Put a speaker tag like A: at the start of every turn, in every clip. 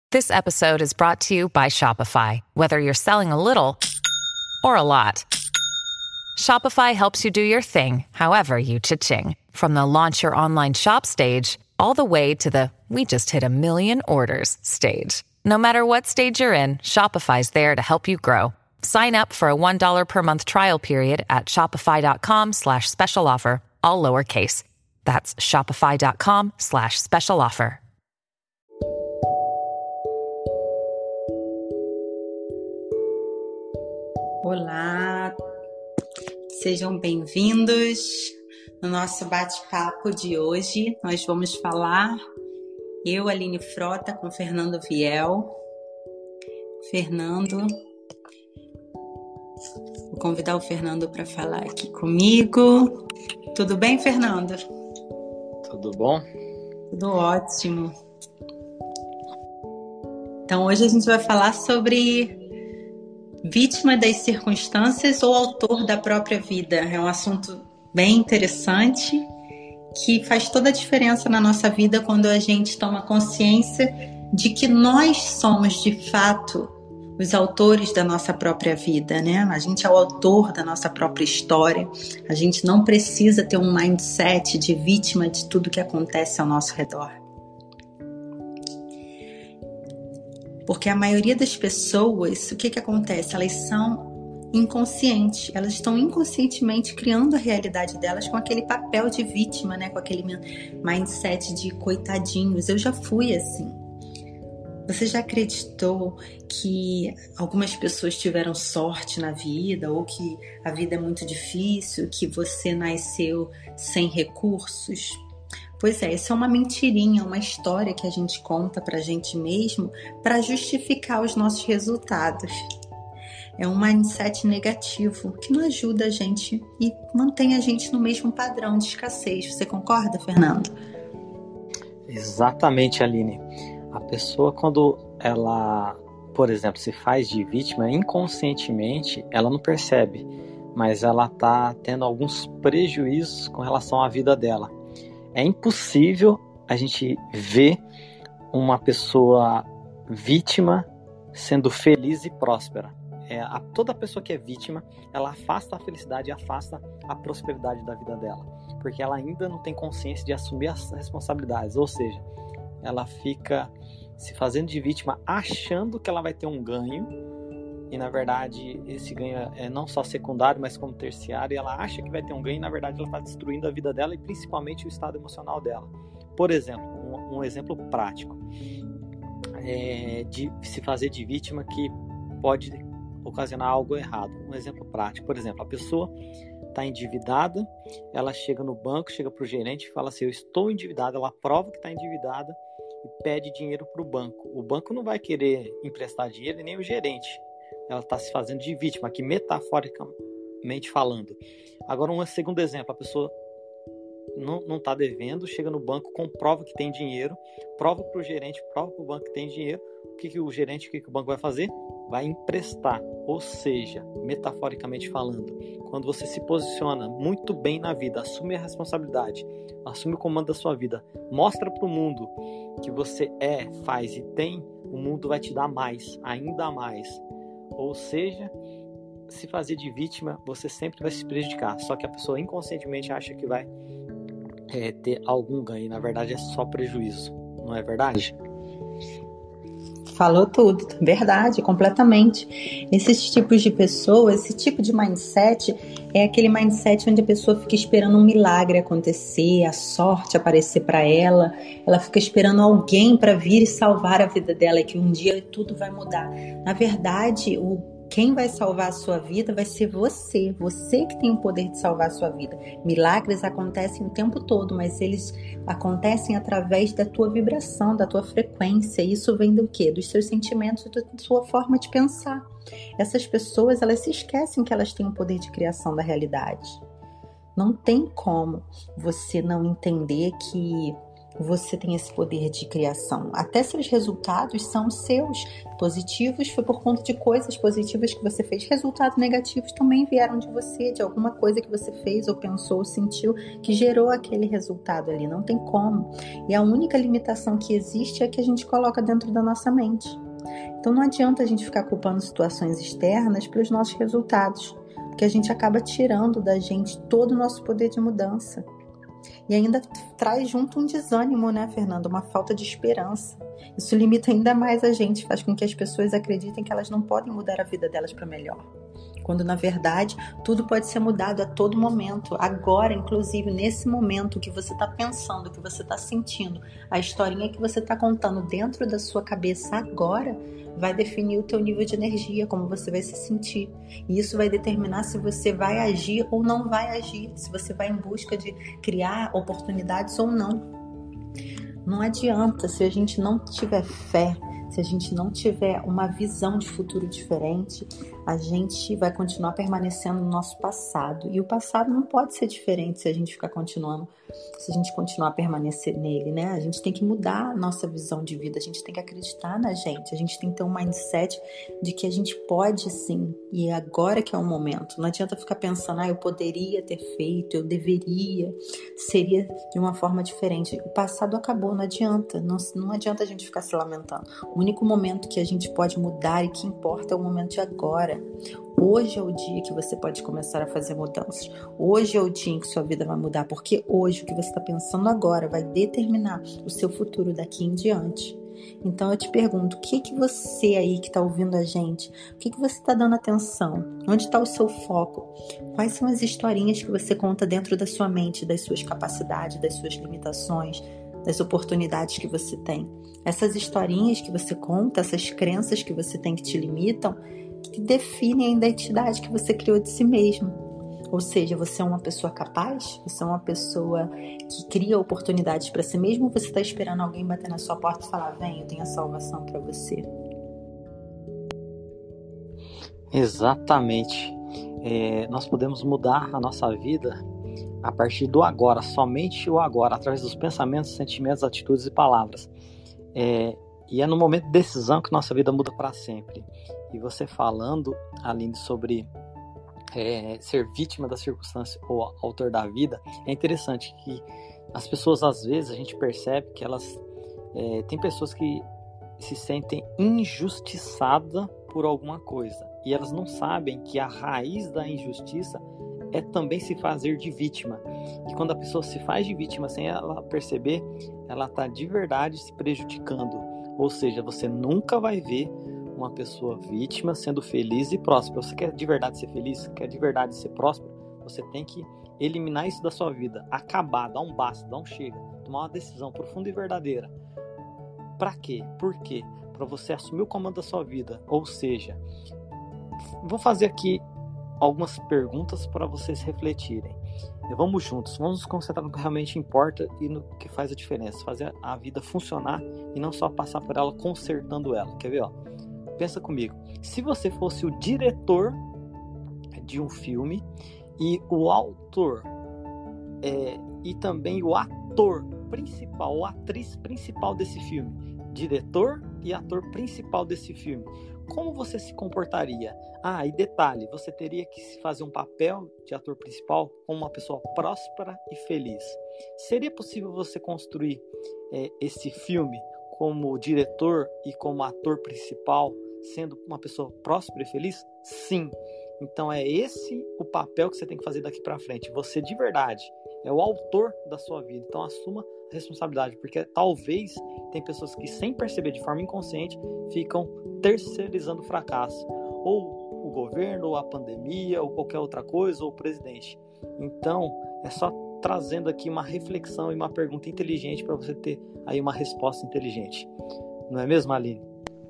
A: This episode is brought to you by Shopify. Whether you're selling a little or a lot, Shopify helps you do your thing, however you cha-ching. From the launch your online shop stage, all the way to the we just hit 1 million orders stage. No matter what stage you're in, Shopify's there to help you grow. Sign up for a $1 per month trial period at shopify.com/special offer, all lowercase. That's shopify.com/special offer.
B: Olá, sejam bem-vindos no nosso bate-papo de hoje. Nós vamos falar, eu, Aline Frota, com Fernando Viel. Fernando, vou convidar o Fernando para falar aqui comigo. Tudo bem, Fernando?
C: Tudo bom?
B: Tudo ótimo. Então, hoje a gente vai falar sobre vítima das circunstâncias ou autor da própria vida. É um assunto bem interessante que faz toda a diferença na nossa vida quando a gente toma consciência de que nós somos, de fato, os autores da nossa própria vida, né? A gente é o autor da nossa própria história. A gente não precisa ter um mindset de vítima de tudo que acontece ao nosso redor. Porque a maioria das pessoas, o que acontece? Elas são inconscientes, elas estão inconscientemente criando a realidade delas com aquele papel de vítima, né? Com aquele mindset de coitadinhos. Eu já fui assim. Você já acreditou que algumas pessoas tiveram sorte na vida, ou que a vida é muito difícil, que você nasceu sem recursos? Pois é, isso é uma mentirinha, uma história que a gente conta pra gente mesmo para justificar os nossos resultados. É um mindset negativo que não ajuda a gente e mantém a gente no mesmo padrão de escassez. Você concorda, Fernando?
C: Exatamente, Aline. A pessoa, quando ela, por exemplo, se faz de vítima, inconscientemente, ela não percebe, mas ela está tendo alguns prejuízos com relação à vida dela. É impossível a gente ver uma pessoa vítima sendo feliz e próspera. Toda pessoa que é vítima, ela afasta a felicidade e afasta a prosperidade da vida dela, porque ela ainda não tem consciência de assumir as responsabilidades, ou seja, ela fica se fazendo de vítima achando que ela vai ter um ganho, e na verdade esse ganho é não só secundário, mas como terciário, e ela acha que vai ter um ganho e na verdade ela está destruindo a vida dela e principalmente o estado emocional dela. Por exemplo, um exemplo prático de se fazer de vítima que pode ocasionar algo errado. Um exemplo prático, por exemplo, a pessoa está endividada, ela chega no banco, chega para o gerente e fala assim: eu estou endividada, ela prova que está endividada e pede dinheiro para o banco. O banco não vai querer emprestar dinheiro, nem o gerente. Ela está se fazendo de vítima, aqui metaforicamente falando. Agora, um segundo exemplo, a pessoa não está devendo, chega no banco, comprova que tem dinheiro, prova para o gerente, prova para o banco que tem dinheiro. O que o gerente, o que o banco vai fazer? Vai emprestar. Ou seja, metaforicamente falando, quando você se posiciona muito bem na vida, assume a responsabilidade, assume o comando da sua vida, mostra para o mundo que você faz e tem, o mundo vai te dar mais, ainda mais. Ou seja, se fazer de vítima, você sempre vai se prejudicar. Só que a pessoa inconscientemente acha que vai ter algum ganho. Na verdade, é só prejuízo. Não é verdade?
B: Falou tudo. Verdade, completamente. Esses tipos de pessoas, esse tipo de mindset é aquele mindset onde a pessoa fica esperando um milagre acontecer, a sorte aparecer para ela. Ela fica esperando alguém para vir e salvar a vida dela, e que um dia tudo vai mudar. Na verdade, quem vai salvar a sua vida vai ser você. Você que tem o poder de salvar a sua vida. Milagres acontecem o tempo todo, mas eles acontecem através da tua vibração, da tua frequência. Isso vem do quê? Dos seus sentimentos, da sua forma de pensar. Essas pessoas, elas se esquecem que elas têm o poder de criação da realidade. Não tem como você não entender que você tem esse poder de criação. Até seus resultados são seus. Positivos foi por conta de coisas positivas que você fez. Resultados negativos também vieram de você, de alguma coisa que você fez ou pensou ou sentiu que gerou aquele resultado ali. Não tem como. E a única limitação que existe é que a gente coloca dentro da nossa mente. Então não adianta a gente ficar culpando situações externas pelos nossos resultados, porque a gente acaba tirando da gente todo o nosso poder de mudança. E ainda traz junto um desânimo, né, Fernanda? Uma falta de esperança. Isso limita ainda mais a gente, faz com que as pessoas acreditem que elas não podem mudar a vida delas para melhor. Quando, na verdade, tudo pode ser mudado a todo momento. Agora, inclusive, nesse momento que você está pensando, que você está sentindo, a historinha que você está contando dentro da sua cabeça agora vai definir o teu nível de energia, como você vai se sentir. E isso vai determinar se você vai agir ou não vai agir, se você vai em busca de criar oportunidades ou não. Não adianta, se a gente não tiver fé, se a gente não tiver uma visão de futuro diferente, a gente vai continuar permanecendo no nosso passado. E o passado não pode ser diferente se a gente ficar continuando, se a gente continuar a permanecer nele, né? A gente tem que mudar a nossa visão de vida, a gente tem que acreditar na gente, a gente tem que ter um mindset de que a gente pode sim, e é agora que é o momento. Não adianta ficar pensando, eu poderia ter feito, eu deveria, seria de uma forma diferente. O passado acabou, não adianta, não adianta a gente ficar se lamentando. O único momento que a gente pode mudar e que importa é o momento de agora. Hoje é o dia que você pode começar a fazer mudanças. Hoje é o dia em que sua vida vai mudar, porque hoje o que você está pensando agora vai determinar o seu futuro daqui em diante. Então eu te pergunto, o que você aí que está ouvindo a gente, o que você está dando atenção? Onde está o seu foco? Quais são as historinhas que você conta dentro da sua mente, das suas capacidades, das suas limitações, das oportunidades que você tem? Essas historinhas que você conta, essas crenças que você tem que te limitam, que definem a identidade que você criou de si mesmo. Ou seja, você é uma pessoa capaz? Você é uma pessoa que cria oportunidades para si mesmo? Ou você está esperando alguém bater na sua porta e falar, vem, eu tenho a salvação para você?
C: Exatamente. Nós podemos mudar a nossa vida a partir do agora, somente o agora, através dos pensamentos, sentimentos, atitudes e palavras. E é no momento de decisão que nossa vida muda para sempre. E você falando, Aline, sobre ser vítima da circunstância ou autor da vida, é interessante que as pessoas, às vezes, a gente percebe que elas... tem pessoas que se sentem injustiçadas por alguma coisa. E elas não sabem que a raiz da injustiça é também se fazer de vítima. Que quando a pessoa se faz de vítima sem ela perceber, ela está de verdade se prejudicando. Ou seja, você nunca vai ver uma pessoa vítima sendo feliz e próspera. Você quer de verdade ser feliz? Quer de verdade ser próspero? Você tem que eliminar isso da sua vida. Acabar, dar um basta, dar um chega. Tomar uma decisão profunda e verdadeira. Para quê? Por quê? Para você assumir o comando da sua vida. Ou seja, vou fazer aqui algumas perguntas para vocês refletirem. Vamos juntos, vamos nos concentrar no que realmente importa e no que faz a diferença. Fazer a vida funcionar e não só passar por ela consertando ela. Quer ver? Pensa comigo. Se você fosse o diretor de um filme e o autor e também o ator principal ou atriz principal desse filme, diretor e ator principal desse filme, como você se comportaria? E detalhe, você teria que fazer um papel de ator principal como uma pessoa próspera e feliz. Seria possível você construir esse filme como diretor e como ator principal, sendo uma pessoa próspera e feliz? Sim. Então é esse o papel que você tem que fazer daqui para frente. Você de verdade é o autor da sua vida. Então assuma a responsabilidade, porque talvez tem pessoas que sem perceber de forma inconsciente ficam terceirizando o fracasso. Ou o governo, ou a pandemia, ou qualquer outra coisa, ou o presidente. Então é só trazendo aqui uma reflexão e uma pergunta inteligente para você ter aí uma resposta inteligente. Não é mesmo, Aline?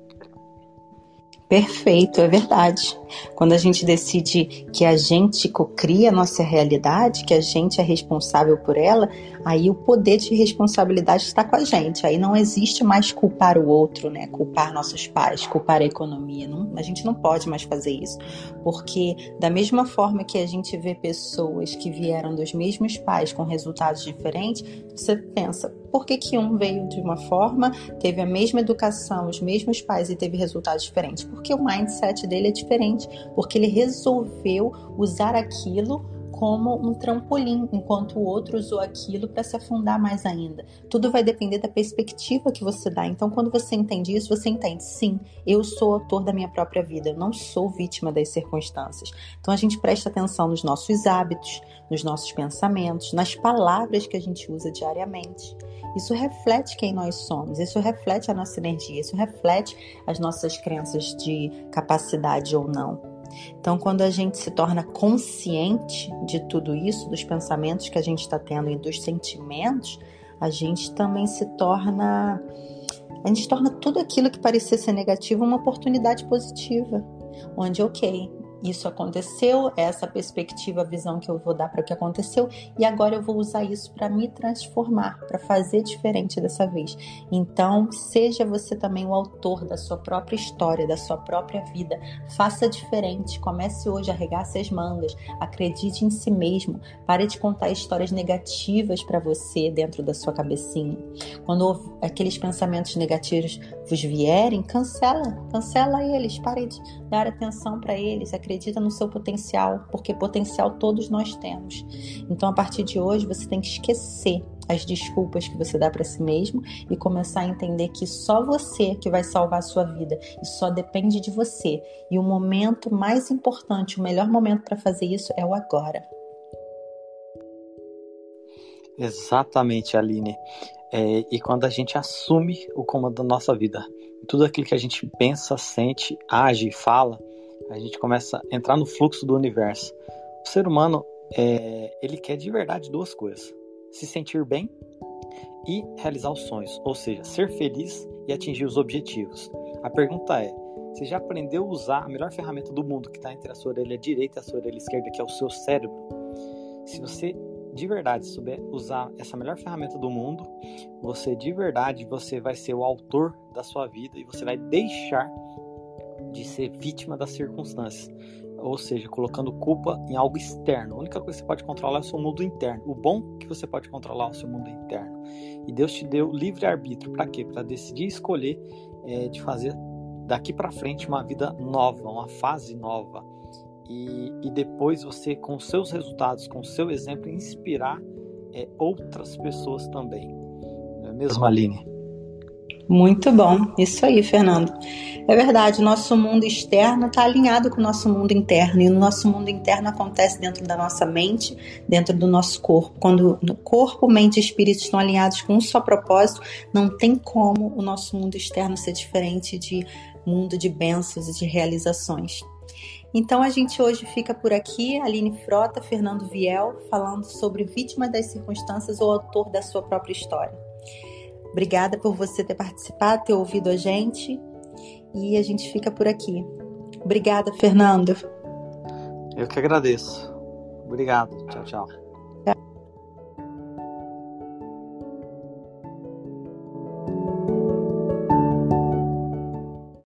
B: Perfeito, é verdade. Quando a gente decide que a gente cocria a nossa realidade, que a gente é responsável por ela, aí o poder de responsabilidade está com a gente. Aí não existe mais culpar o outro, né? Culpar nossos pais, culpar a economia. Não, a gente não pode mais fazer isso. Porque da mesma forma que a gente vê pessoas que vieram dos mesmos pais com resultados diferentes, você pensa, Por que que um veio de uma forma, teve a mesma educação, os mesmos pais e teve resultados diferentes? Porque o mindset dele é diferente, porque ele resolveu usar aquilo como um trampolim, enquanto o outro usou aquilo para se afundar mais ainda. Tudo vai depender da perspectiva que você dá. Então, quando você entende isso, você entende, sim, eu sou autor da minha própria vida, eu não sou vítima das circunstâncias. Então, a gente presta atenção nos nossos hábitos, nos nossos pensamentos, nas palavras que a gente usa diariamente. Isso reflete quem nós somos, isso reflete a nossa energia, isso reflete as nossas crenças de capacidade ou não. Então, quando a gente se torna consciente de tudo isso, dos pensamentos que a gente está tendo e dos sentimentos, a gente também torna tudo aquilo que parecia ser negativo uma oportunidade positiva, onde, ok, isso aconteceu, essa perspectiva, a visão que eu vou dar para o que aconteceu, e agora eu vou usar isso para me transformar, para fazer diferente dessa vez. Então, seja você também o autor da sua própria história, da sua própria vida. Faça diferente, comece hoje a arregaçar as mangas, acredite em si mesmo, pare de contar histórias negativas para você dentro da sua cabecinha. Quando aqueles pensamentos negativos vos vierem, cancela eles, pare de dar atenção para eles, acredita no seu potencial, porque potencial todos nós temos. Então, a partir de hoje, você tem que esquecer as desculpas que você dá para si mesmo e começar a entender que só você que vai salvar a sua vida e só depende de você. E o momento mais importante, o melhor momento para fazer isso é o agora.
C: Exatamente, Aline. E quando a gente assume o comando da nossa vida, tudo aquilo que a gente pensa, sente, age e fala, a gente começa a entrar no fluxo do universo. O ser humano, ele quer de verdade duas coisas: se sentir bem e realizar os sonhos, ou seja, ser feliz e atingir os objetivos. A pergunta é: você já aprendeu a usar a melhor ferramenta do mundo, que está entre a sua orelha direita e a sua orelha esquerda, que é o seu cérebro? Se você de verdade souber usar essa melhor ferramenta do mundo, você vai ser o autor da sua vida e você vai deixar de ser vítima das circunstâncias, ou seja, colocando culpa em algo externo. A única coisa que você pode controlar é o seu mundo interno. O bom que você pode controlar é o seu mundo interno. E Deus te deu livre-arbítrio. Para quê? Para decidir e escolher de fazer daqui para frente uma vida nova, uma fase nova. E depois você, com os seus resultados, com o seu exemplo, inspirar outras pessoas também. Não é mesmo, Aline?
B: Muito bom, isso aí, Fernando. É verdade, o nosso mundo externo está alinhado com o nosso mundo interno, e o nosso mundo interno acontece dentro da nossa mente, dentro do nosso corpo. Quando o corpo, mente e espírito estão alinhados com um só propósito, não tem como o nosso mundo externo ser diferente de mundo de bênçãos e de realizações. Então a gente hoje fica por aqui, Aline Frota, Fernando Viel, falando sobre vítima das circunstâncias ou autor da sua própria história. Obrigada por você ter participado, ter ouvido a gente, e a gente fica por aqui. Obrigada, Fernando.
C: Eu que agradeço. Obrigado. Tchau, tchau.
B: Tchau.